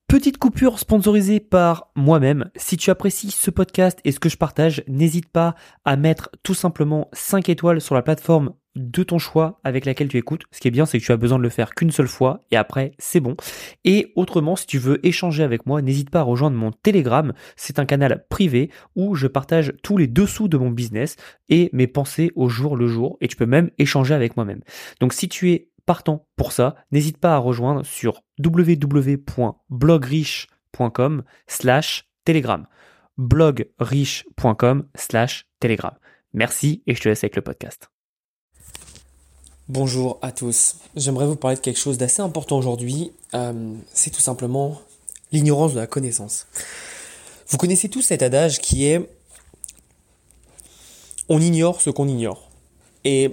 Petite coupure sponsorisée par moi-même. Si tu apprécies ce podcast et ce que je partage, n'hésite pas à mettre tout simplement 5 étoiles sur la plateforme de ton choix avec laquelle tu écoutes. Ce qui est bien, c'est que tu as besoin de le faire qu'une seule fois et après, c'est bon. Et autrement, si tu veux échanger avec moi, n'hésite pas à rejoindre mon Telegram. C'est un canal privé où je partage tous les dessous de mon business et mes pensées au jour le jour. Et tu peux même échanger avec moi-même. Donc si tu es partant pour ça, n'hésite pas à rejoindre sur www.blogriche.com/telegram. blogriche.com/telegram. Merci et je te laisse avec le podcast. Bonjour à tous. J'aimerais vous parler de quelque chose d'assez important aujourd'hui. C'est tout simplement l'ignorance de la connaissance. Vous connaissez tous cet adage qui est on ignore ce qu'on ignore. Et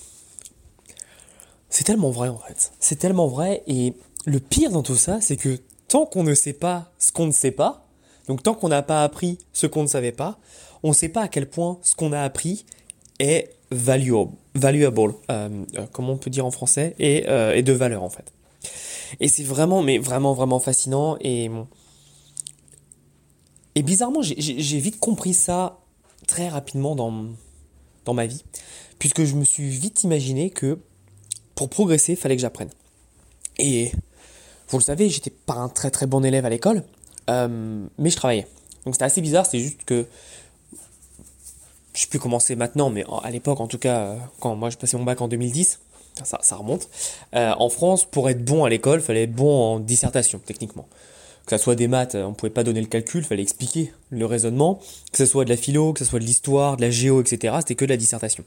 c'est tellement vrai en fait. C'est tellement vrai et le pire dans tout ça, c'est que tant qu'on ne sait pas ce qu'on ne sait pas, donc tant qu'on n'a pas appris ce qu'on ne savait pas, on ne sait pas à quel point ce qu'on a appris est valuable, comment on peut dire en français, et de valeur en fait. Et c'est vraiment, mais vraiment, vraiment fascinant et bizarrement, j'ai vite compris ça très rapidement dans ma vie, puisque je me suis vite imaginé que pour progresser, il fallait que j'apprenne. Et vous le savez, j'étais pas un très très bon élève à l'école, mais je travaillais. Donc c'était assez bizarre, c'est juste que je peux commencer maintenant, mais à l'époque, en tout cas, quand moi je passais mon bac en 2010, ça remonte. En France, pour être bon à l'école, il fallait être bon en dissertation, techniquement. Que ça soit des maths, on pouvait pas donner le calcul, il fallait expliquer le raisonnement. Que ce soit de la philo, que ce soit de l'histoire, de la géo, etc. C'était que de la dissertation.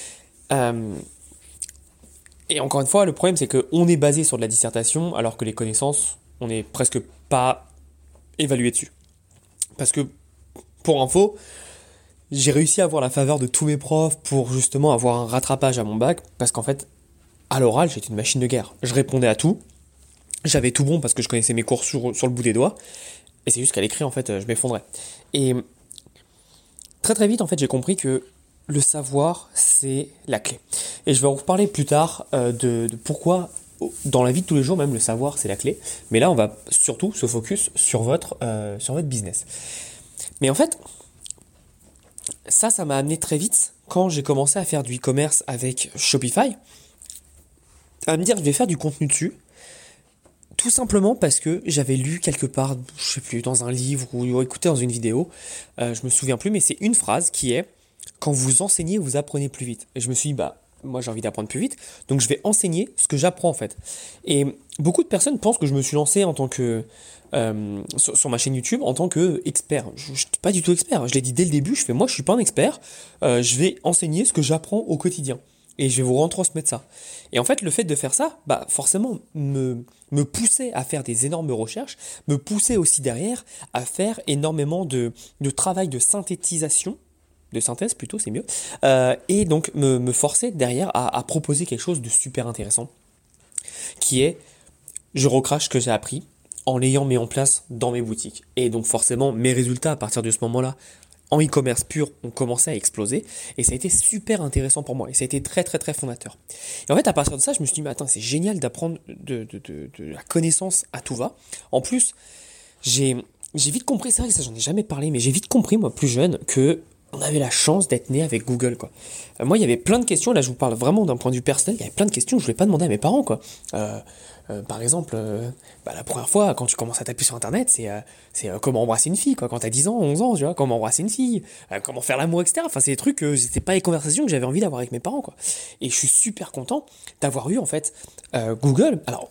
Et encore une fois, le problème, c'est qu'on est basé sur de la dissertation, alors que les connaissances, on n'est presque pas évalué dessus. Parce que, pour info, j'ai réussi à avoir la faveur de tous mes profs pour justement avoir un rattrapage à mon bac, parce qu'en fait, à l'oral, j'étais une machine de guerre. Je répondais à tout, j'avais tout bon parce que je connaissais mes cours sur le bout des doigts, et c'est juste qu'à l'écrit, en fait, je m'effondrais. Et très très vite, en fait, j'ai compris que le savoir, c'est la clé. Et je vais en reparler plus tard de pourquoi, dans la vie de tous les jours, même le savoir, c'est la clé. Mais là, on va surtout se focus sur votre business. Mais en fait, ça m'a amené très vite, quand j'ai commencé à faire du e-commerce avec Shopify, à me dire je vais faire du contenu dessus, tout simplement parce que j'avais lu quelque part, je sais plus, dans un livre ou écouté dans une vidéo, je me souviens plus, mais c'est une phrase qui est quand vous enseignez, vous apprenez plus vite. Et je me suis dit, bah, moi j'ai envie d'apprendre plus vite, donc je vais enseigner ce que j'apprends en fait. Et beaucoup de personnes pensent que je me suis lancé en tant que sur ma chaîne YouTube en tant que expert. Je suis pas du tout expert. Je l'ai dit dès le début. Je fais moi, je suis pas un expert. Je vais enseigner ce que j'apprends au quotidien et je vais vous retransmettre ça. Et en fait, le fait de faire ça, bah forcément me poussait à faire des énormes recherches, me poussait aussi derrière à faire énormément de travail de synthétisation. De synthèse plutôt, c'est mieux. Et donc me forcer derrière à proposer quelque chose de super intéressant, qui est, je recrache ce que j'ai appris en l'ayant mis en place dans mes boutiques. Et donc forcément, mes résultats à partir de ce moment-là, en e-commerce pur, ont commencé à exploser. Et ça a été super intéressant pour moi. Et ça a été très très très fondateur. Et en fait, à partir de ça, je me suis dit, mais attends, c'est génial d'apprendre de la connaissance à tout va. En plus, j'ai vite compris, c'est vrai que ça j'en ai jamais parlé, mais j'ai vite compris, moi plus jeune, que on avait la chance d'être né avec Google, quoi. Moi, il y avait plein de questions, là je vous parle vraiment d'un point de vue personnel, il y avait plein de questions que je ne voulais pas demander à mes parents, quoi. Par exemple, la première fois, quand tu commences à taper sur Internet, c'est comment embrasser une fille, quoi. Quand t'as 10 ans, 11 ans, tu vois, comment embrasser une fille, comment faire l'amour, etc. Enfin, c'est des trucs, c'était pas les conversations que j'avais envie d'avoir avec mes parents, quoi. Et je suis super content d'avoir eu, en fait, Google. Alors,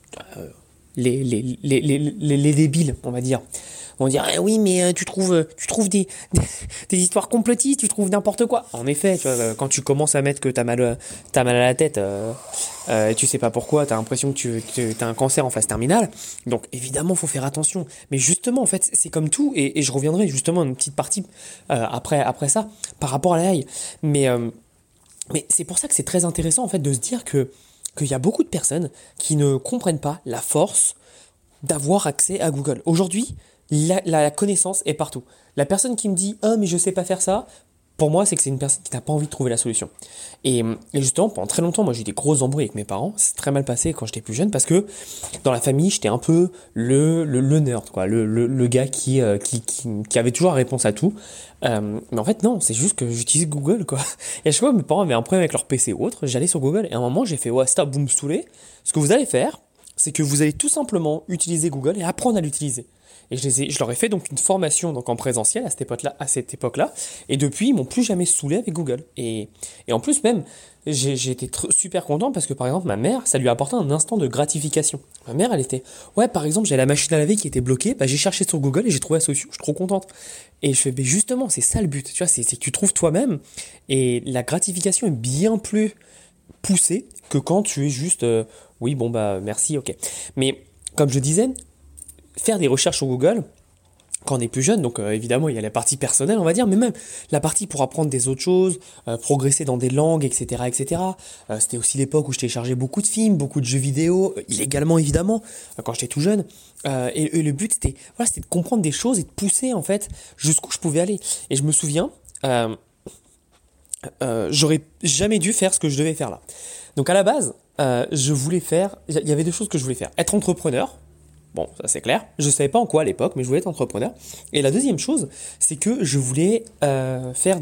les débiles, on va dire. On va dire, eh oui, mais tu trouves des histoires complotistes, tu trouves n'importe quoi. En effet, tu vois, quand tu commences à mettre que t'as mal à la tête, et tu sais pas pourquoi, t'as l'impression que t'as un cancer en phase terminale. Donc évidemment, faut faire attention. Mais justement, en fait, c'est comme tout, et je reviendrai justement à une petite partie après ça, par rapport à l'AI. Mais c'est pour ça que c'est très intéressant en fait de se dire qu'il y a beaucoup de personnes qui ne comprennent pas la force d'avoir accès à Google. Aujourd'hui, la connaissance est partout. La personne qui me dit « Ah, mais je sais pas faire ça », pour moi, c'est que c'est une personne qui n'a pas envie de trouver la solution. Et justement, pendant très longtemps, moi j'ai eu des grosses embrouilles avec mes parents. C'est très mal passé quand j'étais plus jeune parce que dans la famille, j'étais un peu le nerd, quoi, le gars qui avait toujours la réponse à tout. Mais en fait, non, c'est juste que j'utilise Google, quoi. Et à chaque fois, mes parents avaient un problème avec leur PC ou autre, j'allais sur Google et à un moment, j'ai fait, ouais, stop, vous me saoulez. Ce que vous allez faire, c'est que vous allez tout simplement utiliser Google et apprendre à l'utiliser. Et je leur ai fait donc une formation donc en présentiel à cette époque-là. Et depuis, ils m'ont plus jamais saoulé avec Google. Et en plus même, j'ai été super content parce que par exemple, ma mère, ça lui a apporté un instant de gratification. Ma mère, elle était, ouais, par exemple, j'ai la machine à laver qui était bloquée, bah, j'ai cherché sur Google et j'ai trouvé la solution, je suis trop contente. Et je fais, mais justement, c'est ça le but, tu vois, c'est que tu trouves toi-même. Et la gratification est bien plus poussée que quand tu es juste, oui, bon, bah, merci, ok. Mais comme je disais, faire des recherches sur Google, quand on est plus jeune, donc évidemment il y a la partie personnelle on va dire, mais même la partie pour apprendre des autres choses, progresser dans des langues, etc. etc. C'était aussi l'époque où je téléchargeais beaucoup de films, beaucoup de jeux vidéo, illégalement évidemment, quand j'étais tout jeune. Et le but c'était, voilà, c'était de comprendre des choses et de pousser en fait jusqu'où je pouvais aller. Et je me souviens, j'aurais jamais dû faire ce que je devais faire là. Donc à la base, je voulais faire, il y avait deux choses que je voulais faire. Être entrepreneur. Bon, ça c'est clair. Je savais pas en quoi à l'époque, mais je voulais être entrepreneur. Et la deuxième chose, c'est que je voulais faire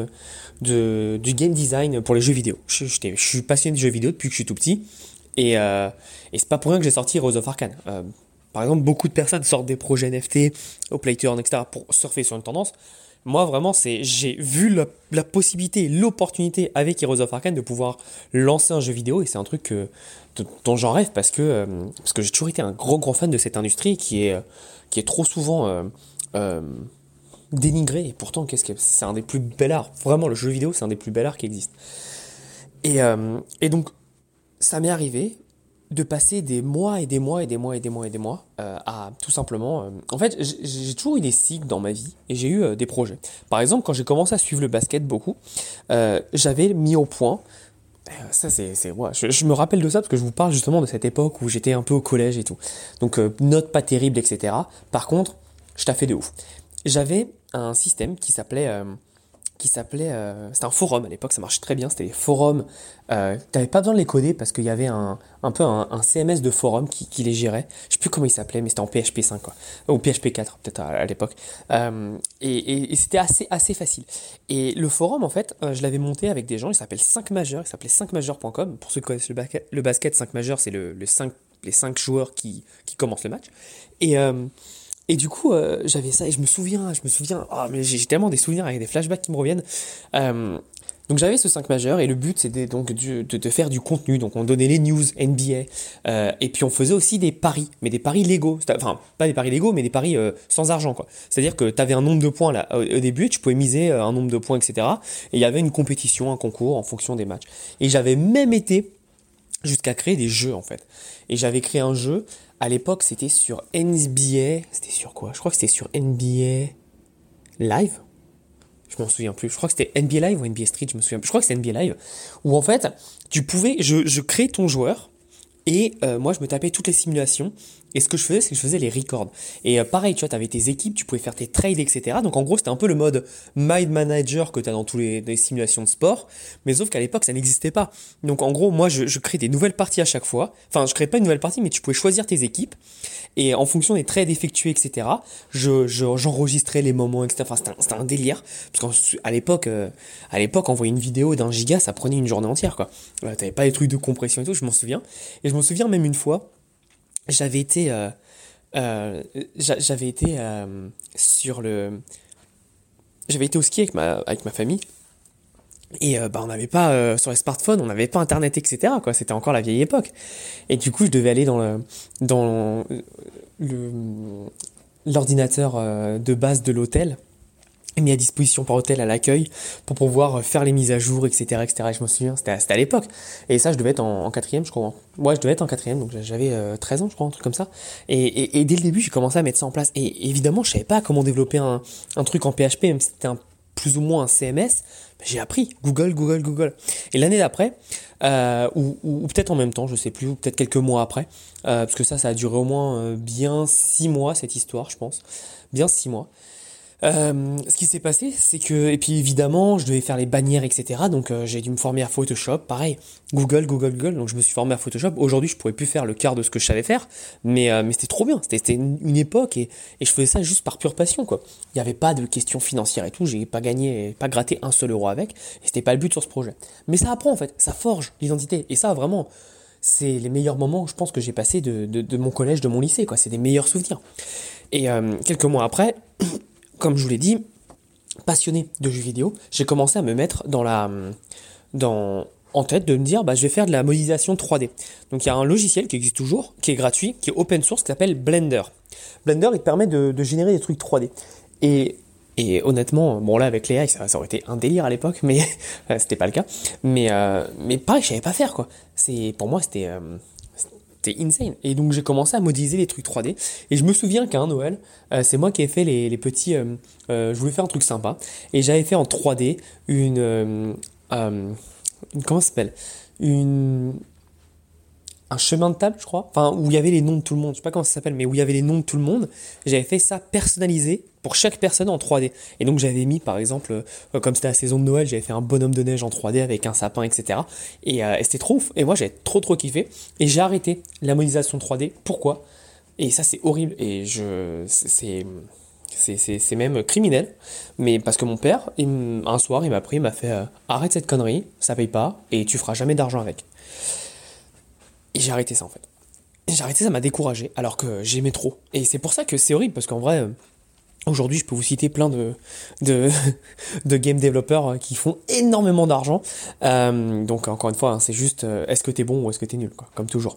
du game design pour les jeux vidéo. Je suis passionné de jeux vidéo depuis que je suis tout petit. Et c'est pas pour rien que j'ai sorti Heroes of Arcane. Par exemple, beaucoup de personnes sortent des projets NFT au Playturn, etc. pour surfer sur une tendance. Moi, vraiment, j'ai vu la possibilité, l'opportunité avec Heroes of Arcane de pouvoir lancer un jeu vidéo et c'est un truc dont j'en rêve parce que j'ai toujours été un gros fan de cette industrie qui est trop souvent dénigrée et pourtant c'est un des plus bels arts. Vraiment, le jeu vidéo, c'est un des plus bels arts qui existe. Et donc, ça m'est arrivé de passer des mois et des mois et des mois et des mois et des mois à tout simplement... en fait, j'ai toujours eu des cycles dans ma vie et j'ai eu des projets. Par exemple, quand j'ai commencé à suivre le basket beaucoup, j'avais mis au point... Ça, ouais, je me rappelle de ça parce que je vous parle justement de cette époque où j'étais un peu au collège et tout. Donc, notes pas terribles, etc. Par contre, je taffais de ouf. J'avais un système c'était un forum à l'époque, ça marchait très bien, c'était des forums, t'avais pas besoin de les coder parce qu'il y avait un peu un CMS de forum qui les gérait, je sais plus comment il s'appelait, mais c'était en PHP 5 quoi, ou PHP 4 peut-être à l'époque, et c'était assez facile. Et le forum en fait, je l'avais monté avec des gens, il s'appelle 5 majeurs, il s'appelait 5majeurs.com, pour ceux qui connaissent le basket 5 majeurs c'est les 5 joueurs qui commencent le match, et... Et du coup, j'avais ça et je me souviens, mais j'ai tellement des souvenirs avec des flashbacks qui me reviennent. Euh, donc j'avais ce 5 majeur et le but c'était donc de faire du contenu. Donc on donnait les news NBA et puis on faisait aussi des paris, mais des paris légaux. Enfin, pas des paris légaux, mais des paris sans argent quoi. C'est-à-dire que tu avais un nombre de points là au début, et tu pouvais miser un nombre de points, etc. Et il y avait une compétition, un concours en fonction des matchs. Et j'avais même été jusqu'à créer des jeux en fait. Et j'avais créé un jeu, à l'époque c'était sur NBA, c'était sur quoi? Je crois que c'était sur NBA Live. Je m'en souviens plus. Je crois que c'était NBA Live ou NBA Street, je me souviens plus. Je crois que c'était NBA Live. Où en fait, je crée ton joueur et moi je me tapais toutes les simulations. Et ce que je faisais, c'est que je faisais les records. Et pareil, tu vois, t'avais tes équipes, tu pouvais faire tes trades, etc. Donc en gros, c'était un peu le mode Mind Manager que t'as dans tous les simulations de sport. Mais sauf qu'à l'époque, ça n'existait pas. Donc en gros, moi, je crée des nouvelles parties à chaque fois. Enfin, je crée pas une nouvelle partie, mais tu pouvais choisir tes équipes. Et en fonction des trades effectués, etc., j'enregistrais les moments, etc. Enfin, c'était un délire. Parce qu'à l'époque, envoyer une vidéo d'un giga, ça prenait une journée entière, quoi. T'avais pas les trucs de compression et tout, je m'en souviens. Et je m'en souviens même une fois, j'avais été sur le j'avais été au ski avec ma famille et bah on n'avait pas sur les smartphones on n'avait pas internet etc quoi, c'était encore la vieille époque et du coup je devais aller le l'ordinateur de base de l'hôtel mis à disposition par hôtel à l'accueil pour pouvoir faire les mises à jour, etc., etc. Et je me souviens, c'était à l'époque. Et ça, je devais être en quatrième, je crois. Ouais, je devais être en quatrième, donc j'avais 13 ans, je crois, un truc comme ça. Et dès le début, j'ai commencé à mettre ça en place. Et évidemment, je savais pas comment développer un truc en PHP, même si c'était plus ou moins un CMS. J'ai appris Google. Et l'année d'après, ou peut-être en même temps, je sais plus, ou peut-être quelques mois après, parce que ça a duré au moins bien 6 mois, cette histoire, je pense. Bien 6 mois. Ce qui s'est passé, c'est que, et puis évidemment, je devais faire les bannières, etc. Donc j'ai dû me former à Photoshop, pareil, Google. Donc je me suis formé à Photoshop. Aujourd'hui, je pourrais plus faire le quart de ce que je savais faire, mais c'était trop bien. C'était une époque et je faisais ça juste par pure passion, quoi. Il n'y avait pas de questions financières et tout. J'ai pas gagné, pas gratté un seul euro avec. Et c'était pas le but sur ce projet. Mais ça apprend en fait, ça forge l'identité. Et ça, vraiment, c'est les meilleurs moments, je pense, que j'ai passé de mon collège, de mon lycée, quoi. C'est des meilleurs souvenirs. Et quelques mois après, comme je vous l'ai dit, passionné de jeux vidéo, j'ai commencé à me mettre en tête de me dire, bah, je vais faire de la modélisation 3D. Donc il y a un logiciel qui existe toujours, qui est gratuit, qui est open source, qui s'appelle Blender. Blender, il te permet de générer des trucs 3D. Et, et honnêtement, bon là avec les AI, ça aurait été un délire à l'époque, mais c'était pas le cas. Mais pareil, je savais pas faire quoi. Pour moi, c'était insane. Et donc j'ai commencé à modéliser les trucs 3D. Et je me souviens qu'à un Noël, c'est moi qui ai fait les petits. Je voulais faire un truc sympa. Et j'avais fait en 3D comment ça s'appelle? Une, un chemin de table, je crois. Enfin, où il y avait les noms de tout le monde. Je sais pas comment ça s'appelle, mais où il y avait les noms de tout le monde. J'avais fait ça personnalisé pour chaque personne en 3D. Et donc j'avais mis, par exemple, comme c'était la saison de Noël, j'avais fait un bonhomme de neige en 3D avec un sapin, etc. Et c'était trop ouf. Et moi, j'avais trop kiffé. Et j'ai arrêté la modélisation 3D. Pourquoi? Et ça, c'est horrible. Et c'est même criminel, mais parce que mon père, un soir, il m'a pris, il m'a fait arrête cette connerie, ça paye pas, et tu feras jamais d'argent avec. Et j'ai arrêté ça en fait. Et j'ai arrêté, ça m'a découragé, alors que j'aimais trop. Et c'est pour ça que c'est horrible, parce qu'en vrai, aujourd'hui, je peux vous citer plein de, de game développeurs qui font énormément d'argent. Donc encore une fois, hein, c'est juste est-ce que t'es bon ou est-ce que t'es nul, quoi, comme toujours.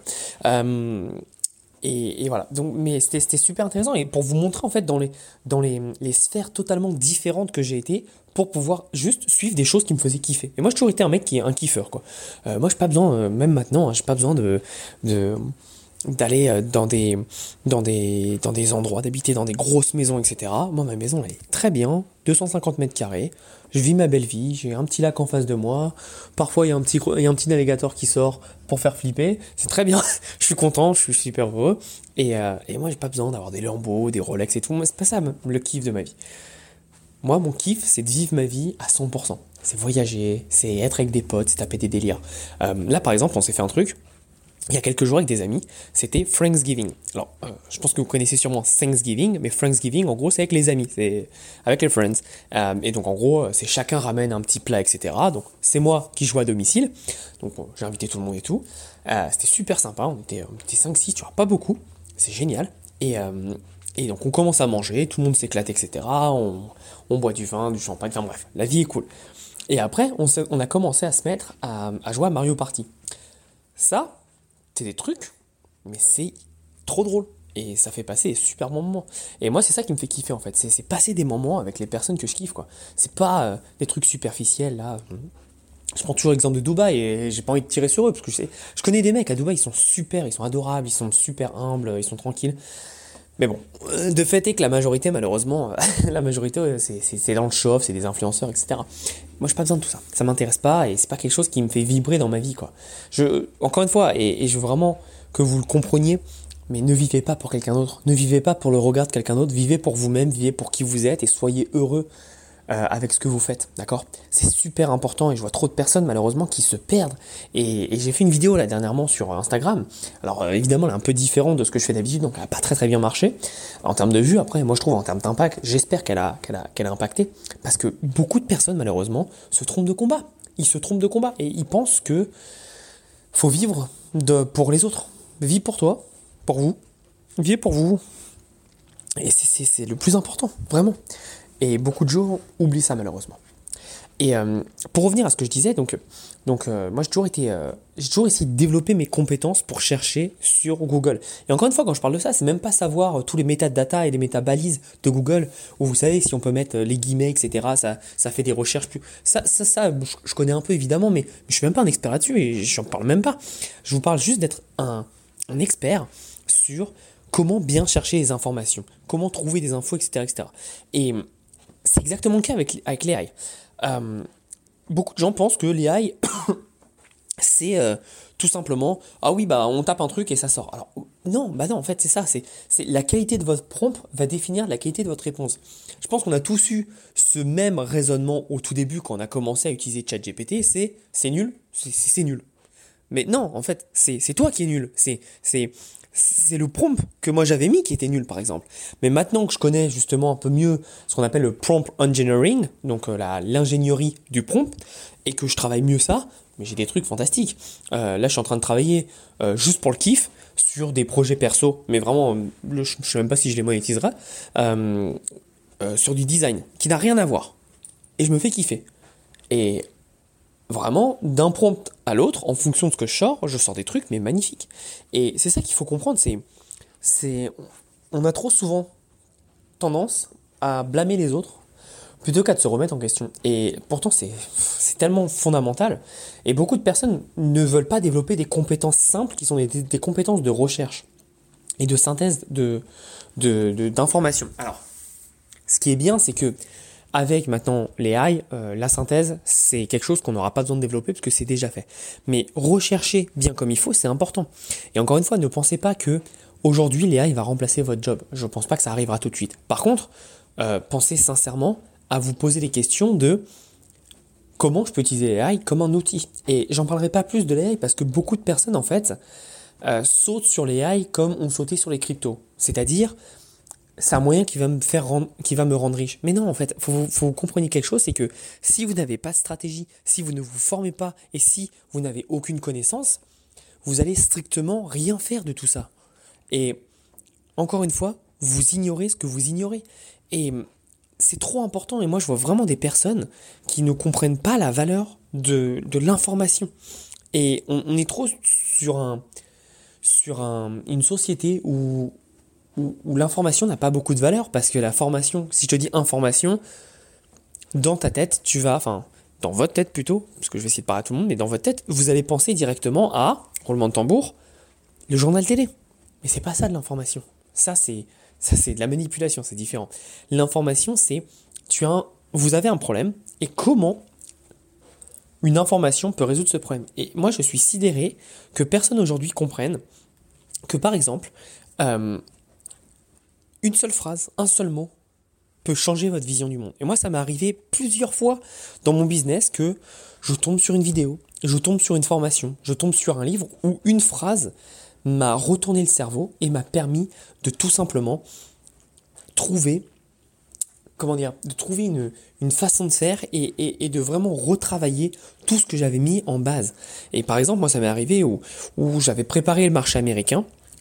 Et voilà. Donc, mais c'était super intéressant et pour vous montrer en fait dans les sphères totalement différentes que j'ai été pour pouvoir juste suivre des choses qui me faisaient kiffer. Et moi, j'ai toujours été un mec qui est un kiffeur, quoi. Moi, j'ai pas besoin, même maintenant, hein, j'ai pas besoin de d'aller dans des endroits, d'habiter dans des grosses maisons, etc. Moi, ma maison, elle est très bien, 250 mètres carrés. Je vis ma belle vie, j'ai un petit lac en face de moi. Parfois, il y a un petit navigateur qui sort pour faire flipper. C'est très bien, je suis content, je suis super heureux. Et moi, j'ai pas besoin d'avoir des Lambo, des Rolex et tout. Moi, c'est pas ça le kiff de ma vie. Moi, mon kiff, c'est de vivre ma vie à 100%. C'est voyager, c'est être avec des potes, c'est taper des délires. Là, par exemple, on s'est fait un truc il y a quelques jours avec des amis, c'était Thanksgiving. Alors, je pense que vous connaissez sûrement Thanksgiving, mais Thanksgiving, en gros, c'est avec les amis, c'est avec les friends. Et donc, en gros, c'est chacun ramène un petit plat, etc. Donc, c'est moi qui joue à domicile. Donc, bon, j'ai invité tout le monde et tout. C'était super sympa, on était 5-6, tu vois, pas beaucoup. C'est génial. Et donc, on commence à manger, tout le monde s'éclate, etc. On boit du vin, du champagne, enfin bref, la vie est cool. Et après, on a commencé à se mettre à jouer à Mario Party. Ça, c'est des trucs, mais c'est trop drôle. Et ça fait passer des super bons moments. Et moi, c'est ça qui me fait kiffer en fait. C'est passer des moments avec les personnes que je kiffe, quoi. C'est pas des trucs superficiels là. Je prends toujours l'exemple de Dubaï et j'ai pas envie de tirer sur eux parce que je connais des mecs à Dubaï, ils sont super, ils sont adorables, ils sont super humbles, ils sont tranquilles. Mais bon, de fait est que la majorité, malheureusement, la majorité, c'est dans le show-off, c'est des influenceurs, etc. Moi, j'ai pas besoin de tout ça. Ça m'intéresse pas et c'est pas quelque chose qui me fait vibrer dans ma vie, quoi. Encore une fois, et je veux vraiment que vous le compreniez, mais ne vivez pas pour quelqu'un d'autre. Ne vivez pas pour le regard de quelqu'un d'autre. Vivez pour vous-même, vivez pour qui vous êtes et soyez heureux avec ce que vous faites, d'accord? C'est super important et je vois trop de personnes malheureusement qui se perdent. Et j'ai fait une vidéo là dernièrement sur Instagram. Alors évidemment elle est un peu différente de ce que je fais d'habitude, donc elle n'a pas très bien marché en termes de vues. Après, moi je trouve en termes d'impact, j'espère qu'elle a impacté parce que beaucoup de personnes malheureusement se trompent de combat. Ils se trompent de combat et ils pensent que faut vivre pour les autres. Vis pour toi, pour vous, vivez pour vous. Et c'est le plus important, vraiment. Et beaucoup de gens oublient ça malheureusement. Et pour revenir à ce que je disais, moi j'ai toujours essayé de développer mes compétences pour chercher sur Google. Et encore une fois, quand je parle de ça, c'est même pas savoir tous les métadata et les métabalises de Google, où vous savez, si on peut mettre les guillemets, etc., ça fait des recherches plus. Ça, je connais un peu évidemment, mais je suis même pas un expert là-dessus et j'en parle même pas. Je vous parle juste d'être un expert sur comment bien chercher les informations, comment trouver des infos, etc., etc. Et c'est exactement le cas avec l'AI. Beaucoup de gens pensent que l'AI, c'est tout simplement, ah oui, bah on tape un truc et ça sort. Alors non, bah non, en fait c'est ça, c'est la qualité de votre prompt va définir la qualité de votre réponse. Je pense qu'on a tous eu ce même raisonnement au tout début quand on a commencé à utiliser ChatGPT, c'est nul, c'est nul. Mais non, en fait, c'est toi qui es nul. C'est le prompt que moi j'avais mis qui était nul, par exemple. Mais maintenant que je connais justement un peu mieux ce qu'on appelle le prompt engineering, donc l'ingénierie du prompt, et que je travaille mieux ça, mais j'ai des trucs fantastiques. Là, je suis en train de travailler juste pour le kiff sur des projets perso, mais vraiment, je ne sais même pas si je les monétiserai, sur du design, qui n'a rien à voir. Et je me fais kiffer. Et vraiment, d'un prompt à l'autre, en fonction de ce que je sors des trucs, mais magnifiques. Et c'est ça qu'il faut comprendre, on a trop souvent tendance à blâmer les autres, plutôt qu'à de se remettre en question. Et pourtant, c'est tellement fondamental. Et beaucoup de personnes ne veulent pas développer des compétences simples, qui sont des compétences de recherche et de synthèse d'informations. Alors, ce qui est bien, c'est que avec maintenant les AI, la synthèse, c'est quelque chose qu'on n'aura pas besoin de développer parce que c'est déjà fait. Mais rechercher bien comme il faut, c'est important. Et encore une fois, ne pensez pas que aujourd'hui l'AI va remplacer votre job. Je ne pense pas que ça arrivera tout de suite. Par contre, pensez sincèrement à vous poser des questions de comment je peux utiliser l'AI comme un outil. Et j'en parlerai pas plus de l'AI parce que beaucoup de personnes en fait sautent sur l'AI comme on sautait sur les cryptos. C'est-à-dire c'est un moyen qui va me rendre riche. Mais non, en fait, faut que vous compreniez quelque chose, c'est que si vous n'avez pas de stratégie, si vous ne vous formez pas et si vous n'avez aucune connaissance, vous allez strictement rien faire de tout ça. Et encore une fois, vous ignorez ce que vous ignorez. Et c'est trop important. Et moi, je vois vraiment des personnes qui ne comprennent pas la valeur de l'information. Et on est trop sur une société où l'information n'a pas beaucoup de valeur, parce que la formation, si je te dis information, dans ta tête, dans votre tête plutôt, parce que je vais essayer de parler à tout le monde, mais dans votre tête, vous allez penser directement à, roulement de tambour, le journal télé. Mais c'est pas ça de l'information. Ça c'est de la manipulation, c'est différent. L'information, c'est, vous avez un problème, et comment une information peut résoudre ce problème. Et moi, je suis sidéré que personne aujourd'hui comprenne que, par exemple, une seule phrase, un seul mot peut changer votre vision du monde. Et moi, ça m'est arrivé plusieurs fois dans mon business que je tombe sur une vidéo, je tombe sur une formation, je tombe sur un livre où une phrase m'a retourné le cerveau et m'a permis de tout simplement trouver une façon de faire et de vraiment retravailler tout ce que j'avais mis en base. Et par exemple, moi, ça m'est arrivé où j'avais préparé le marché américain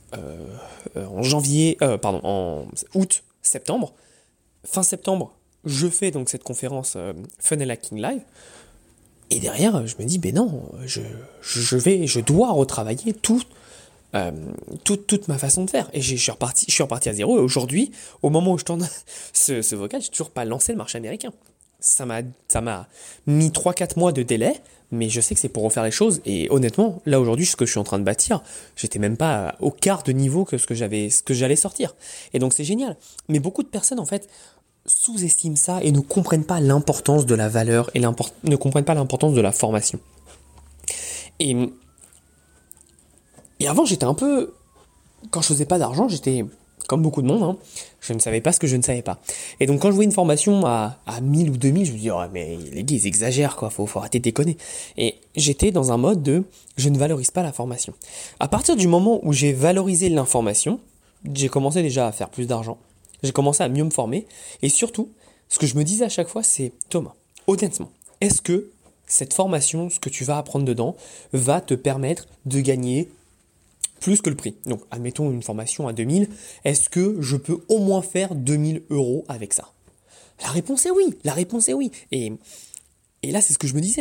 en août, septembre. Fin septembre, je fais donc cette conférence Funnel Hacking Live. Et derrière, je me dis, ben non, je dois retravailler toute ma façon de faire. Et je suis reparti à zéro. Et aujourd'hui, au moment où je tourne ce vocal, j'ai toujours pas lancé le marché américain. Ça m'a mis 3-4 mois de délai, mais je sais que c'est pour refaire les choses. Et honnêtement, là aujourd'hui, ce que je suis en train de bâtir, j'étais même pas au quart de niveau que ce que j'allais sortir. Et donc c'est génial. Mais beaucoup de personnes, en fait, sous-estiment ça et ne comprennent pas l'importance de la valeur et ne comprennent pas l'importance de la formation. Et avant, j'étais un peu... Quand je faisais pas d'argent, j'étais comme beaucoup de monde, hein, je ne savais pas ce que je ne savais pas. Et donc quand je voyais une formation à 1000 ou 2000, je me disais, oh, mais les gars, ils exagèrent, quoi, faut arrêter de déconner. Et j'étais dans un mode de, je ne valorise pas la formation. À partir du moment où j'ai valorisé l'information, j'ai commencé déjà à faire plus d'argent, j'ai commencé à mieux me former, et surtout, ce que je me disais à chaque fois, c'est, Thomas, honnêtement, est-ce que cette formation, ce que tu vas apprendre dedans, va te permettre de gagner plus que le prix. Donc, admettons une formation à 2000, est-ce que je peux au moins faire 2000 € avec ça? La réponse est oui, Et là, c'est ce que je me disais,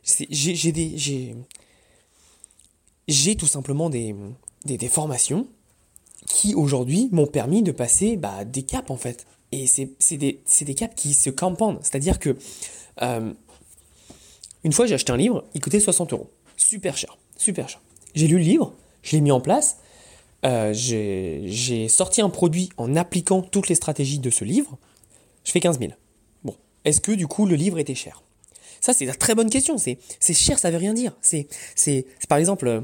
j'ai tout simplement des formations qui, aujourd'hui, m'ont permis de passer des caps, en fait. Et c'est des caps qui se compoundent. C'est-à-dire que, une fois, j'ai acheté un livre, il coûtait 60 €. Super cher. J'ai lu le livre, je l'ai mis en place, j'ai sorti un produit en appliquant toutes les stratégies de ce livre, je fais 15 000. Bon, est-ce que du coup le livre était cher? Ça, c'est la très bonne question. C'est cher, ça veut rien dire. C'est par exemple,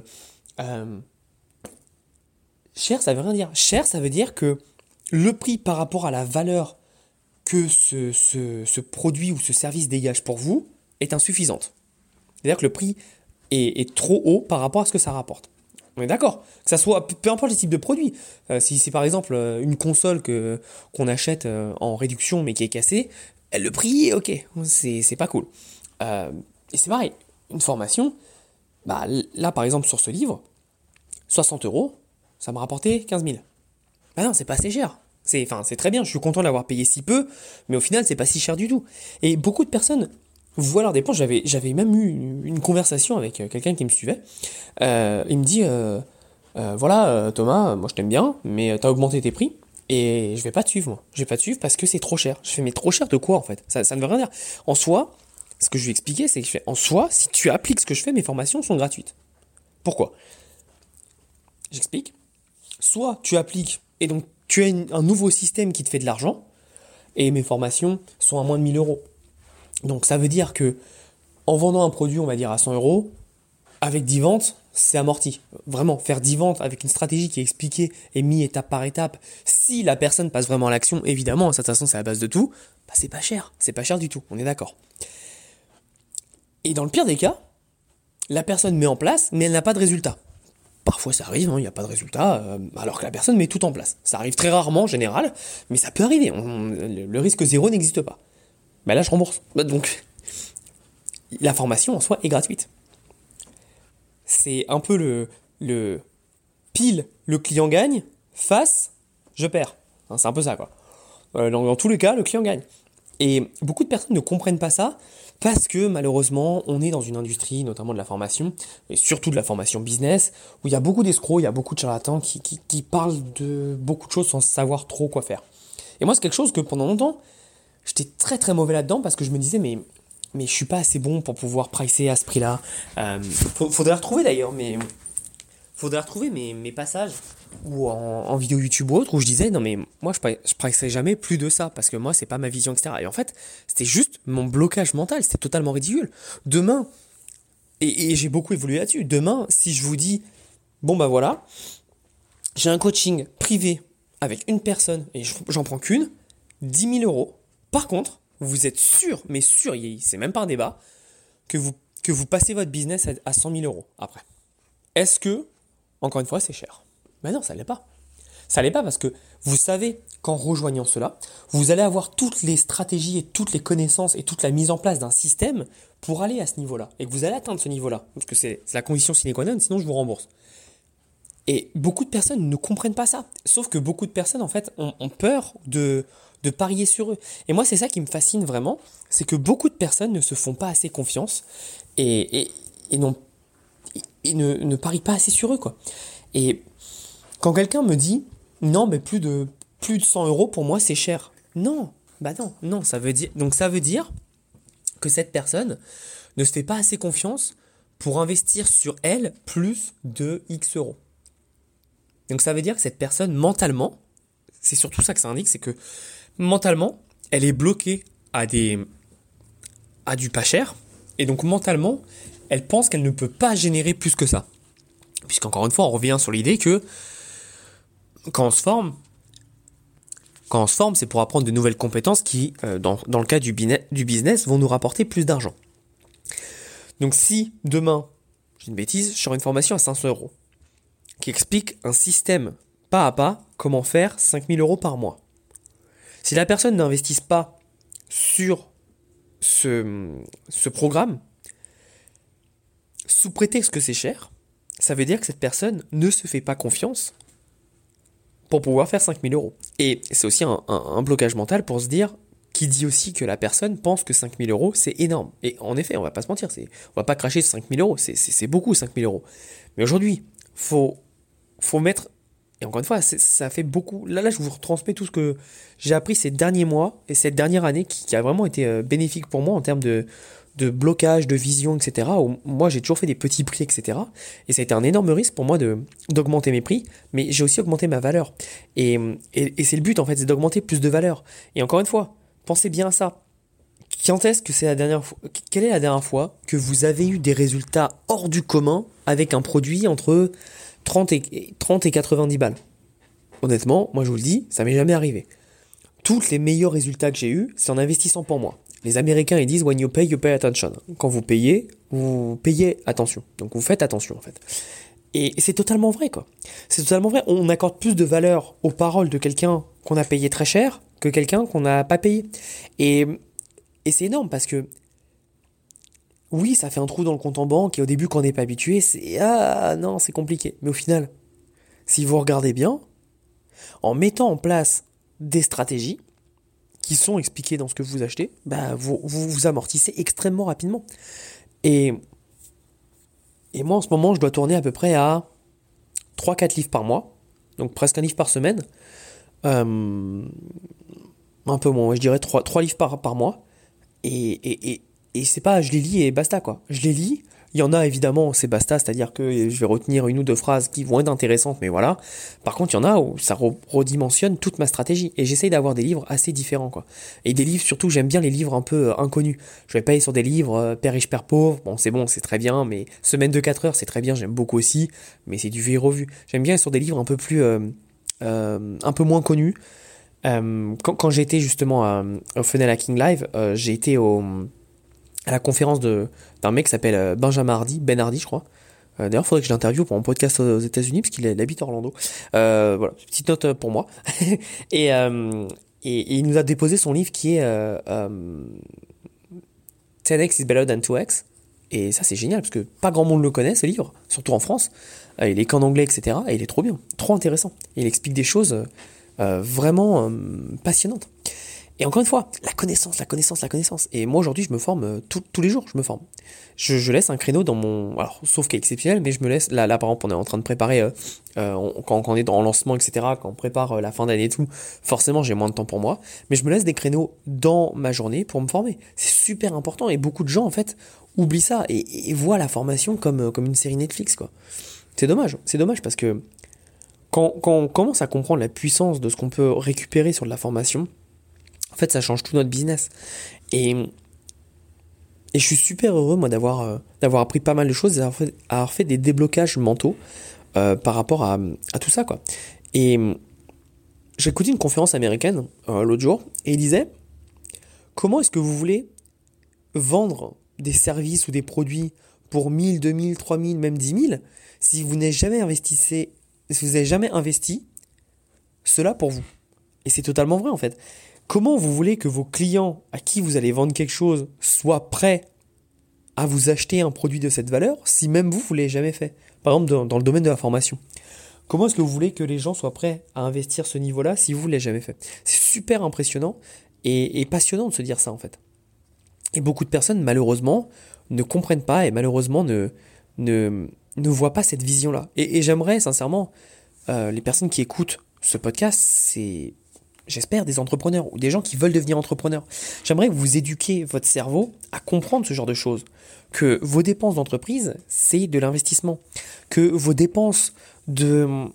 cher, ça veut rien dire. Cher, ça veut dire que le prix par rapport à la valeur que ce produit ou ce service dégage pour vous est insuffisante. C'est-à-dire que le prix est trop haut par rapport à ce que ça rapporte. On est d'accord. Que ça soit, peu importe le type de produit. Si c'est par exemple une console qu'on achète en réduction mais qui est cassée, le prix, ok, c'est pas cool. Et c'est pareil, une formation, bah, là par exemple sur ce livre, 60 euros, ça m'a rapporté 15 000. Bah non, c'est pas assez cher. C'est très bien, je suis content de l'avoir payé si peu, mais au final, c'est pas si cher du tout. Et beaucoup de personnes voient leurs dépenses. J'avais même eu une conversation avec quelqu'un qui me suivait. Il me dit, voilà, Thomas, moi je t'aime bien, mais t'as augmenté tes prix, et je vais pas te suivre, moi. Je vais pas te suivre parce que c'est trop cher. Je fais, mais trop cher de quoi, en fait? Ça ne veut rien dire. En soi, ce que je lui ai expliqué, c'est que je fais, en soi, si tu appliques ce que je fais, mes formations sont gratuites. Pourquoi? J'explique. Soit tu appliques, et donc tu as un nouveau système qui te fait de l'argent, et mes formations sont à moins de 1 000 euros. Donc ça veut dire que en vendant un produit, on va dire à 100 euros, avec 10 ventes, c'est amorti. Vraiment, faire 10 ventes avec une stratégie qui est expliquée et mise étape par étape, si la personne passe vraiment à l'action, évidemment, de toute façon c'est la base de tout, bah c'est pas cher. C'est pas cher du tout, on est d'accord. Et dans le pire des cas, la personne met en place, mais elle n'a pas de résultat. Parfois ça arrive, il n'y a pas de résultat, alors que la personne met tout en place. Ça arrive très rarement en général, mais ça peut arriver. Le risque zéro n'existe pas. Ben là je rembourse. Donc la formation en soi est gratuite. C'est un peu le pile le client gagne, face je perds. C'est un peu ça quoi. Dans tous les cas, le client gagne. Et beaucoup de personnes ne comprennent pas ça parce que malheureusement, on est dans une industrie, notamment de la formation, et surtout de la formation business, où il y a beaucoup d'escrocs, il y a beaucoup de charlatans qui parlent de beaucoup de choses sans savoir trop quoi faire. Et moi, c'est quelque chose que pendant longtemps, j'étais très très mauvais là-dedans parce que je me disais, mais je suis pas assez bon pour pouvoir pricer à ce prix-là. Faudrait retrouver d'ailleurs, mes passages ou en vidéo YouTube ou autre où je disais non mais moi je pricerai jamais plus de ça parce que moi c'est pas ma vision, etc. Et en fait c'était juste mon blocage mental, c'était totalement ridicule. Demain, et j'ai beaucoup évolué là-dessus, demain si je vous dis bon bah voilà, j'ai un coaching privé avec une personne et j'en prends qu'une, 10 000 euros. Par contre, vous êtes sûr, mais sûr, c'est même pas un débat, que vous passez votre business à 100 000 euros après. Est-ce que, encore une fois, c'est cher? Ben non, ça l'est pas. Ça l'est pas parce que vous savez qu'en rejoignant cela, vous allez avoir toutes les stratégies et toutes les connaissances et toute la mise en place d'un système pour aller à ce niveau-là. Et que vous allez atteindre ce niveau-là. Parce que c'est la condition sine qua non, sinon je vous rembourse. Et beaucoup de personnes ne comprennent pas ça. Sauf que beaucoup de personnes, en fait, ont peur de parier sur eux. Et moi, c'est ça qui me fascine vraiment, c'est que beaucoup de personnes ne se font pas assez confiance et ne parient pas assez sur eux, quoi. Et quand quelqu'un me dit non, mais plus de 100 euros pour moi c'est cher. Non, bah non, ça veut dire que cette personne ne se fait pas assez confiance pour investir sur elle plus de X euros. Donc ça veut dire que cette personne mentalement, c'est surtout ça que ça indique, c'est que mentalement, elle est bloquée à du pas cher, et donc mentalement, elle pense qu'elle ne peut pas générer plus que ça. Puisqu'encore une fois, on revient sur l'idée que quand on se forme, c'est pour apprendre de nouvelles compétences qui, dans le cas du business, vont nous rapporter plus d'argent. Donc si demain, j'ai une bêtise, je sors une formation à 500 euros, qui explique un système pas à pas, comment faire 5 000 euros par mois. Si la personne n'investisse pas sur ce programme, sous prétexte que c'est cher, ça veut dire que cette personne ne se fait pas confiance pour pouvoir faire 5 000 euros. Et c'est aussi un blocage mental pour se dire, qui dit aussi que la personne pense que 5 000 euros, c'est énorme. Et en effet, on va pas se mentir, on va pas cracher sur 5 000 euros, c'est beaucoup 5 000 euros. Mais aujourd'hui, faut mettre, et encore une fois, ça fait beaucoup. Là, je vous retransmets tout ce que j'ai appris ces derniers mois et cette dernière année qui a vraiment été bénéfique pour moi en termes de blocage, de vision, etc. Où moi, j'ai toujours fait des petits prix, etc. Et ça a été un énorme risque pour moi d'augmenter mes prix, mais j'ai aussi augmenté ma valeur. Et c'est le but, en fait, c'est d'augmenter plus de valeur. Et encore une fois, pensez bien à ça. Quand est-ce que c'est la dernière fois, quelle est la dernière fois que vous avez eu des résultats hors du commun avec un produit entre 30 et 90 balles? Honnêtement, moi je vous le dis, ça m'est jamais arrivé. Tous les meilleurs résultats que j'ai eus, c'est en investissant pour moi. Les Américains, ils disent when you pay attention. Quand vous payez attention. Donc vous faites attention en fait. Et c'est totalement vrai quoi. C'est totalement vrai. On accorde plus de valeur aux paroles de quelqu'un qu'on a payé très cher que quelqu'un qu'on n'a pas payé. Et, et c'est énorme parce que oui, ça fait un trou dans le compte en banque et au début quand on n'est pas habitué, c'est ah non, c'est compliqué. Mais au final, si vous regardez bien, en mettant en place des stratégies qui sont expliquées dans ce que vous achetez, bah vous amortissez extrêmement rapidement. Et, et moi en ce moment, je dois tourner à peu près à 3-4 livres par mois, donc presque un livre par semaine. Euh, un peu moins, je dirais 3 livres par mois. Et c'est pas je les lis et basta quoi. Je les lis. Il y en a évidemment, c'est basta, c'est-à-dire que je vais retenir une ou deux phrases qui vont être intéressantes, mais voilà. Par contre, il y en a où ça redimensionne toute ma stratégie. Et j'essaye d'avoir des livres assez différents, quoi. Et des livres, surtout, j'aime bien les livres un peu inconnus. Je vais pas aller sur des livres Père riche, Père pauvre. Bon, c'est très bien, mais Semaine de 4 heures, c'est très bien, j'aime beaucoup aussi, mais c'est du vu et revu. J'aime bien aller sur des livres un peu plus, un peu moins connus. Quand j'ai été justement au Funnel Hacking Live, j'ai été à la conférence d'un mec qui s'appelle Benjamin Hardy, Ben Hardy, je crois. D'ailleurs, il faudrait que je l'interviewe pour mon podcast aux États-Unis parce qu'il habite à Orlando. Voilà, petite note pour moi. et, euh, et il nous a déposé son livre qui est 10x is better than 2x. Et ça, c'est génial parce que pas grand monde le connaît, ce livre, surtout en France. Il est qu'en anglais, etc. Et il est trop bien, trop intéressant. Et il explique des choses vraiment passionnantes. Et encore une fois, la connaissance, la connaissance, la connaissance. Et moi aujourd'hui, je me forme tous les jours, je me forme. Je laisse un créneau dans mon... Alors, sauf qu'il est exceptionnel, mais je me laisse... Là par exemple, on est en train de préparer, quand on est en lancement, etc., quand on prépare la fin d'année et tout, forcément, j'ai moins de temps pour moi. Mais je me laisse des créneaux dans ma journée pour me former. C'est super important et beaucoup de gens, en fait, oublient ça et voient la formation comme une série Netflix, quoi. C'est dommage parce que quand on commence à comprendre la puissance de ce qu'on peut récupérer sur de la formation, en fait, ça change tout notre business. Et je suis super heureux, moi, d'avoir appris pas mal de choses et d'avoir fait des déblocages mentaux par rapport à tout ça, quoi. Et j'ai écouté une conférence américaine l'autre jour et il disait comment est-ce que vous voulez vendre des services ou des produits pour 1000, 2000, 3000, même 10 000 si vous n'avez jamais investi cela pour vous. Et c'est totalement vrai, en fait. Comment vous voulez que vos clients à qui vous allez vendre quelque chose soient prêts à vous acheter un produit de cette valeur si même vous ne l'avez jamais fait? Par exemple, dans le domaine de la formation. Comment est-ce que vous voulez que les gens soient prêts à investir ce niveau-là si vous ne l'avez jamais fait? C'est super impressionnant et passionnant de se dire ça en fait. Et beaucoup de personnes, malheureusement, ne comprennent pas et malheureusement ne voient pas cette vision-là. Et j'aimerais sincèrement, les personnes qui écoutent ce podcast, c'est... J'espère des entrepreneurs ou des gens qui veulent devenir entrepreneurs. J'aimerais que vous éduquiez votre cerveau à comprendre ce genre de choses. Que vos dépenses d'entreprise, c'est de l'investissement. Que vos dépenses de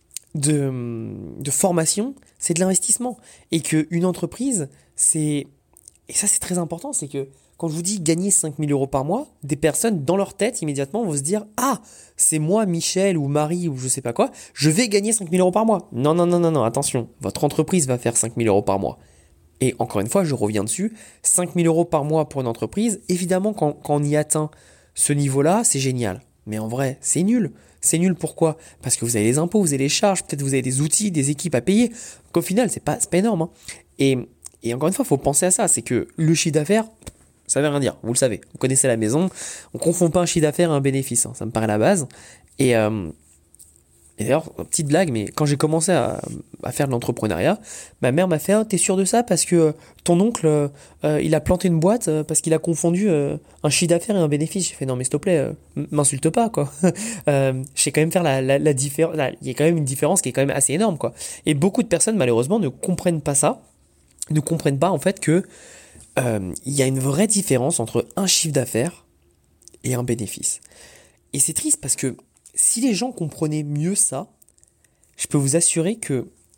formation, c'est de l'investissement. Et qu'une entreprise, c'est... Et ça, c'est très important, c'est que quand je vous dis gagner 5 000 euros par mois, des personnes dans leur tête, immédiatement, vont se dire « Ah, c'est moi, Michel ou Marie ou je sais pas quoi, je vais gagner 5 000 euros par mois. » Non, non, non, non, non, attention, votre entreprise va faire 5 000 euros par mois. Et encore une fois, je reviens dessus, 5 000 euros par mois pour une entreprise, évidemment, quand on y atteint ce niveau-là, c'est génial. Mais en vrai, c'est nul. C'est nul pourquoi? Parce que vous avez les impôts, vous avez les charges, peut-être vous avez des outils, des équipes à payer. Donc au final, c'est pas énorme. Hein. Et encore une fois, il faut penser à ça, c'est que le chiffre d'affaires, ça veut rien dire, vous le savez, vous connaissez la maison, on confond pas un chiffre d'affaires et un bénéfice, hein, ça me paraît la base. Et d'ailleurs, petite blague, mais quand j'ai commencé à faire de l'entrepreneuriat, ma mère m'a fait « T'es sûr de ça? Parce que ton oncle, il a planté une boîte parce qu'il a confondu un chiffre d'affaires et un bénéfice. » J'ai fait « Non mais s'il te plaît, m'insulte pas quoi. » Je sais quand même faire la différence, il y a quand même une différence qui est quand même assez énorme quoi. Et beaucoup de personnes malheureusement ne comprennent pas ça, ne comprennent pas en fait que il y a une vraie différence entre un chiffre d'affaires et un bénéfice. Et c'est triste parce que si les gens comprenaient mieux ça, je peux vous assurer que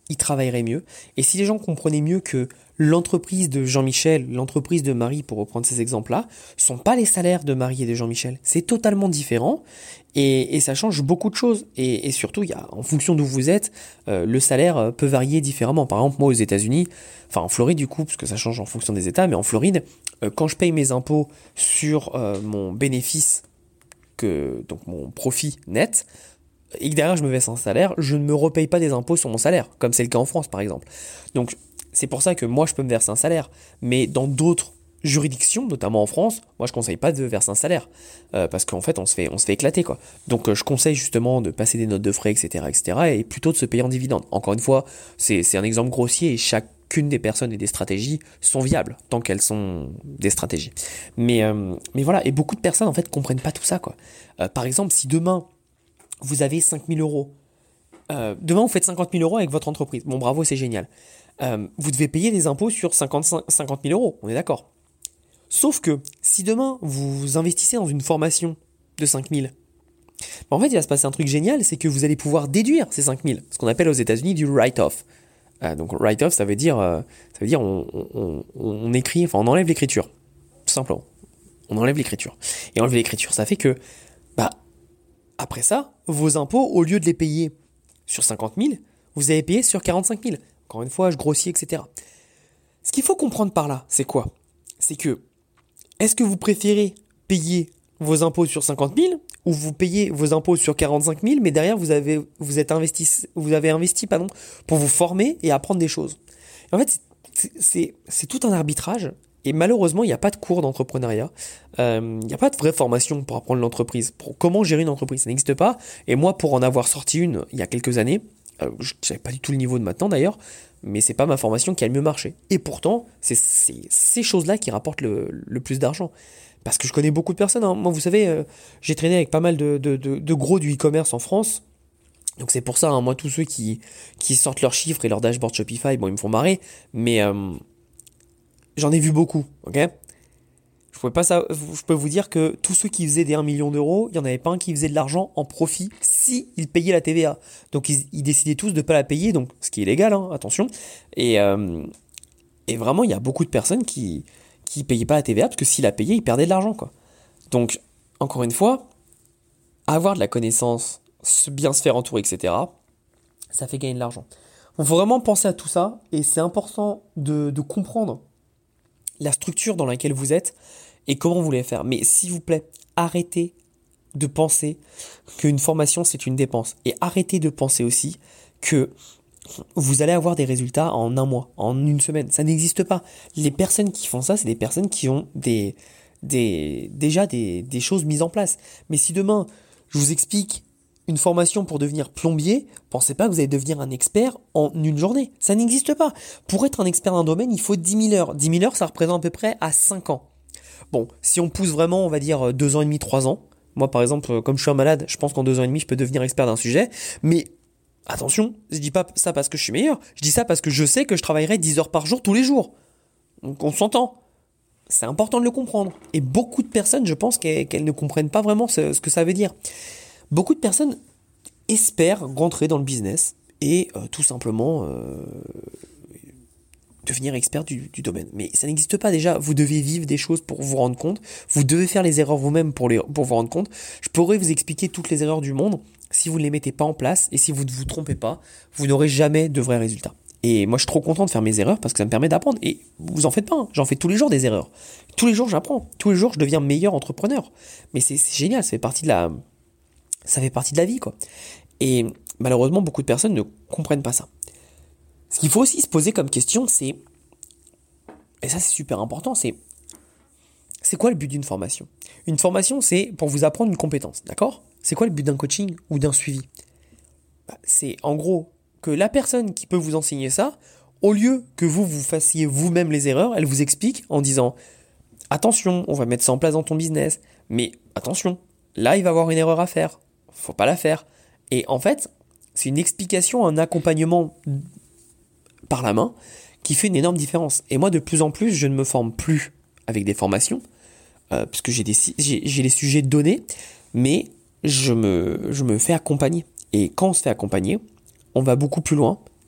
ils travailleraient mieux. Et si les gens comprenaient mieux que l'entreprise de Jean-Michel, l'entreprise de Marie, pour reprendre ces exemples-là, sont pas les salaires de Marie et de Jean-Michel. C'est totalement différent et ça change beaucoup de choses. Et surtout, en fonction d'où vous êtes, le salaire peut varier différemment. Par exemple, moi aux États-Unis, enfin en Floride du coup, parce que ça change en fonction des États, mais en Floride, quand je paye mes impôts sur mon bénéfice, donc mon profit net, et que derrière je me verse un salaire, je ne me repaye pas des impôts sur mon salaire, comme c'est le cas en France par exemple. Donc c'est pour ça que moi je peux me verser un salaire, mais dans d'autres juridictions, notamment en France, moi je conseille pas de verser un salaire, parce qu'en fait on se fait éclater quoi. Donc je conseille justement de passer des notes de frais, etc., et plutôt de se payer en dividende. Encore une fois, c'est un exemple grossier et chacune des personnes et des stratégies sont viables tant qu'elles sont des stratégies. Mais voilà, et beaucoup de personnes en fait comprennent pas tout ça quoi. Par exemple, si demain vous avez 5 000 euros. Demain, vous faites 50 000 euros avec votre entreprise. Bon, bravo, c'est génial. Vous devez payer des impôts sur 50 000 euros, on est d'accord. Sauf que, si demain, vous investissez dans une formation de 5 000, en fait, il va se passer un truc génial, c'est que vous allez pouvoir déduire ces 5 000, ce qu'on appelle aux États-Unis du write-off. Donc, write-off, ça veut dire on écrit, enfin, on enlève l'écriture, tout simplement. On enlève l'écriture. Et enlever l'écriture, ça fait que, après ça, vos impôts, au lieu de les payer sur 50 000, vous allez payer sur 45 000. Encore une fois, je grossis, etc. Ce qu'il faut comprendre par là, c'est quoi ? C'est que, est-ce que vous préférez payer vos impôts sur 50 000 ou vous payez vos impôts sur 45 000, mais derrière vous avez investi pour vous former et apprendre des choses. Et en fait, c'est tout un arbitrage. Et malheureusement, il n'y a pas de cours d'entrepreneuriat. Il n'y a pas de vraie formation pour apprendre l'entreprise, pour comment gérer une entreprise. Ça n'existe pas. Et moi, pour en avoir sorti une il y a quelques années, je ne savais pas du tout le niveau de maintenant d'ailleurs, mais c'est pas ma formation qui a le mieux marché. Et pourtant, c'est ces choses-là qui rapportent le plus d'argent. Parce que je connais beaucoup de personnes. Hein. Moi, vous savez, j'ai traîné avec pas mal de gros du e-commerce en France. Donc c'est pour ça, hein, moi, tous ceux qui sortent leurs chiffres et leurs dashboards Shopify, bon, ils me font marrer. Mais j'en ai vu beaucoup, ok ? Je peux vous dire que tous ceux qui faisaient des 1 million d'euros, il n'y en avait pas un qui faisait de l'argent en profit si ils payaient la TVA. Donc ils décidaient tous de ne pas la payer, donc ce qui est légal, hein, attention. Et vraiment, il y a beaucoup de personnes qui payaient pas la TVA parce que s'ils la payaient, ils perdaient de l'argent, quoi. Donc, encore une fois, avoir de la connaissance, bien se faire entourer, etc., ça fait gagner de l'argent. Il faut vraiment penser à tout ça et c'est important de comprendre la structure dans laquelle vous êtes et comment vous voulez faire. Mais s'il vous plaît, arrêtez de penser qu'une formation c'est une dépense. Et arrêtez de penser aussi que vous allez avoir des résultats en un mois, en une semaine. Ça n'existe pas. Les personnes qui font ça, c'est des personnes qui ont déjà des choses mises en place. Mais si demain, je vous explique une formation pour devenir plombier, pensez pas que vous allez devenir un expert en une journée. Ça n'existe pas. Pour être un expert d'un domaine, il faut 10 000 heures. 10 000 heures, ça représente à peu près à 5 ans. Bon, si on pousse vraiment, on va dire 2 ans et demi, 3 ans. Moi, par exemple, comme je suis un malade, je pense qu'en 2 ans et demi, je peux devenir expert d'un sujet. Mais attention, je dis pas ça parce que je suis meilleur. Je dis ça parce que je sais que je travaillerai 10 heures par jour tous les jours. Donc on s'entend. C'est important de le comprendre. Et beaucoup de personnes, je pense qu'elles ne comprennent pas vraiment ce que ça veut dire. Beaucoup de personnes espèrent rentrer dans le business et tout simplement devenir expert du domaine. Mais ça n'existe pas déjà. Vous devez vivre des choses pour vous rendre compte. Vous devez faire les erreurs vous-même pour vous rendre compte. Je pourrais vous expliquer toutes les erreurs du monde. Si vous ne les mettez pas en place et si vous ne vous trompez pas, vous n'aurez jamais de vrais résultats. Et moi, je suis trop content de faire mes erreurs parce que ça me permet d'apprendre. Et vous en faites pas, hein. J'en fais tous les jours des erreurs. Tous les jours, j'apprends. Tous les jours, je deviens meilleur entrepreneur. Mais c'est génial, ça fait partie de la vie, quoi. Et malheureusement, beaucoup de personnes ne comprennent pas ça. Ce qu'il faut aussi se poser comme question, c'est, et ça c'est super important, c'est quoi le but d'une formation ? Une formation, c'est pour vous apprendre une compétence, d'accord ? C'est quoi le but d'un coaching ou d'un suivi ? C'est en gros que la personne qui peut vous enseigner ça, au lieu que vous fassiez vous-même les erreurs, elle vous explique en disant « Attention, on va mettre ça en place dans ton business, mais attention, là il va y avoir une erreur à faire, faut pas la faire. » Et en fait, c'est une explication, un accompagnement par la main qui fait une énorme différence. Et moi, de plus en plus, je ne me forme plus avec des formations, puisque j'ai les sujets donnés, mais je me fais accompagner. Et quand on se fait accompagner, on va beaucoup plus loin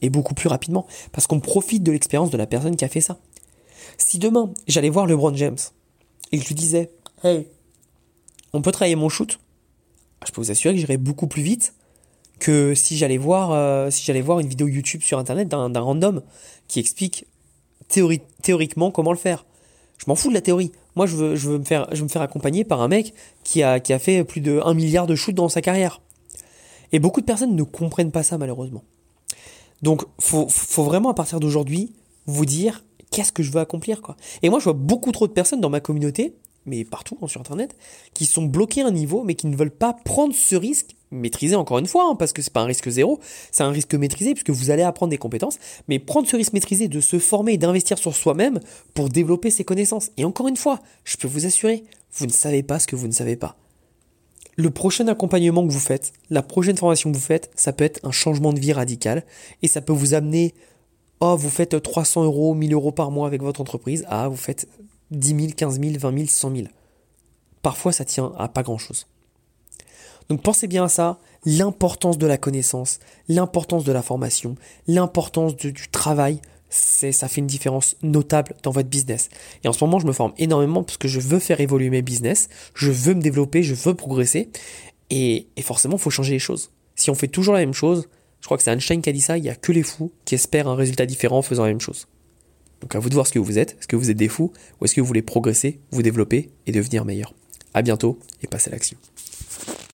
et beaucoup plus rapidement, parce qu'on profite de l'expérience de la personne qui a fait ça. Si demain, j'allais voir LeBron James, et que je lui disais, hey, on peut travailler mon shoot, je peux vous assurer que j'irais beaucoup plus vite que si j'allais voir une vidéo YouTube sur Internet d'un random qui explique théoriquement comment le faire. Je m'en fous de la théorie. Moi, je veux me faire accompagner par un mec qui a fait plus de 1 milliard de shoots dans sa carrière. Et beaucoup de personnes ne comprennent pas ça, malheureusement. Donc, faut vraiment, à partir d'aujourd'hui, vous dire qu'est-ce que je veux accomplir, quoi. Et moi, je vois beaucoup trop de personnes dans ma communauté, mais partout, sur Internet, qui sont bloqués à un niveau, mais qui ne veulent pas prendre ce risque, maîtrisé encore une fois, parce que c'est pas un risque zéro, c'est un risque maîtrisé, puisque vous allez apprendre des compétences, mais prendre ce risque maîtrisé de se former et d'investir sur soi-même pour développer ses connaissances. Et encore une fois, je peux vous assurer, vous ne savez pas ce que vous ne savez pas. Le prochain accompagnement que vous faites, la prochaine formation que vous faites, ça peut être un changement de vie radical, et ça peut vous amener, vous faites 300 euros, 1000 euros par mois avec votre entreprise, vous faites 10 000, 15 000, 20 000, 100 000. Parfois, ça tient à pas grand-chose. Donc pensez bien à ça, l'importance de la connaissance, l'importance de la formation, l'importance du travail, ça fait une différence notable dans votre business. Et en ce moment, je me forme énormément parce que je veux faire évoluer mes business, je veux me développer, je veux progresser. Et forcément, il faut changer les choses. Si on fait toujours la même chose, je crois que c'est Einstein qui a dit ça, il n'y a que les fous qui espèrent un résultat différent en faisant la même chose. Donc à vous de voir ce que vous êtes. Est-ce que vous êtes des fous ou est-ce que vous voulez progresser, vous développer et devenir meilleur? À bientôt et passez à l'action.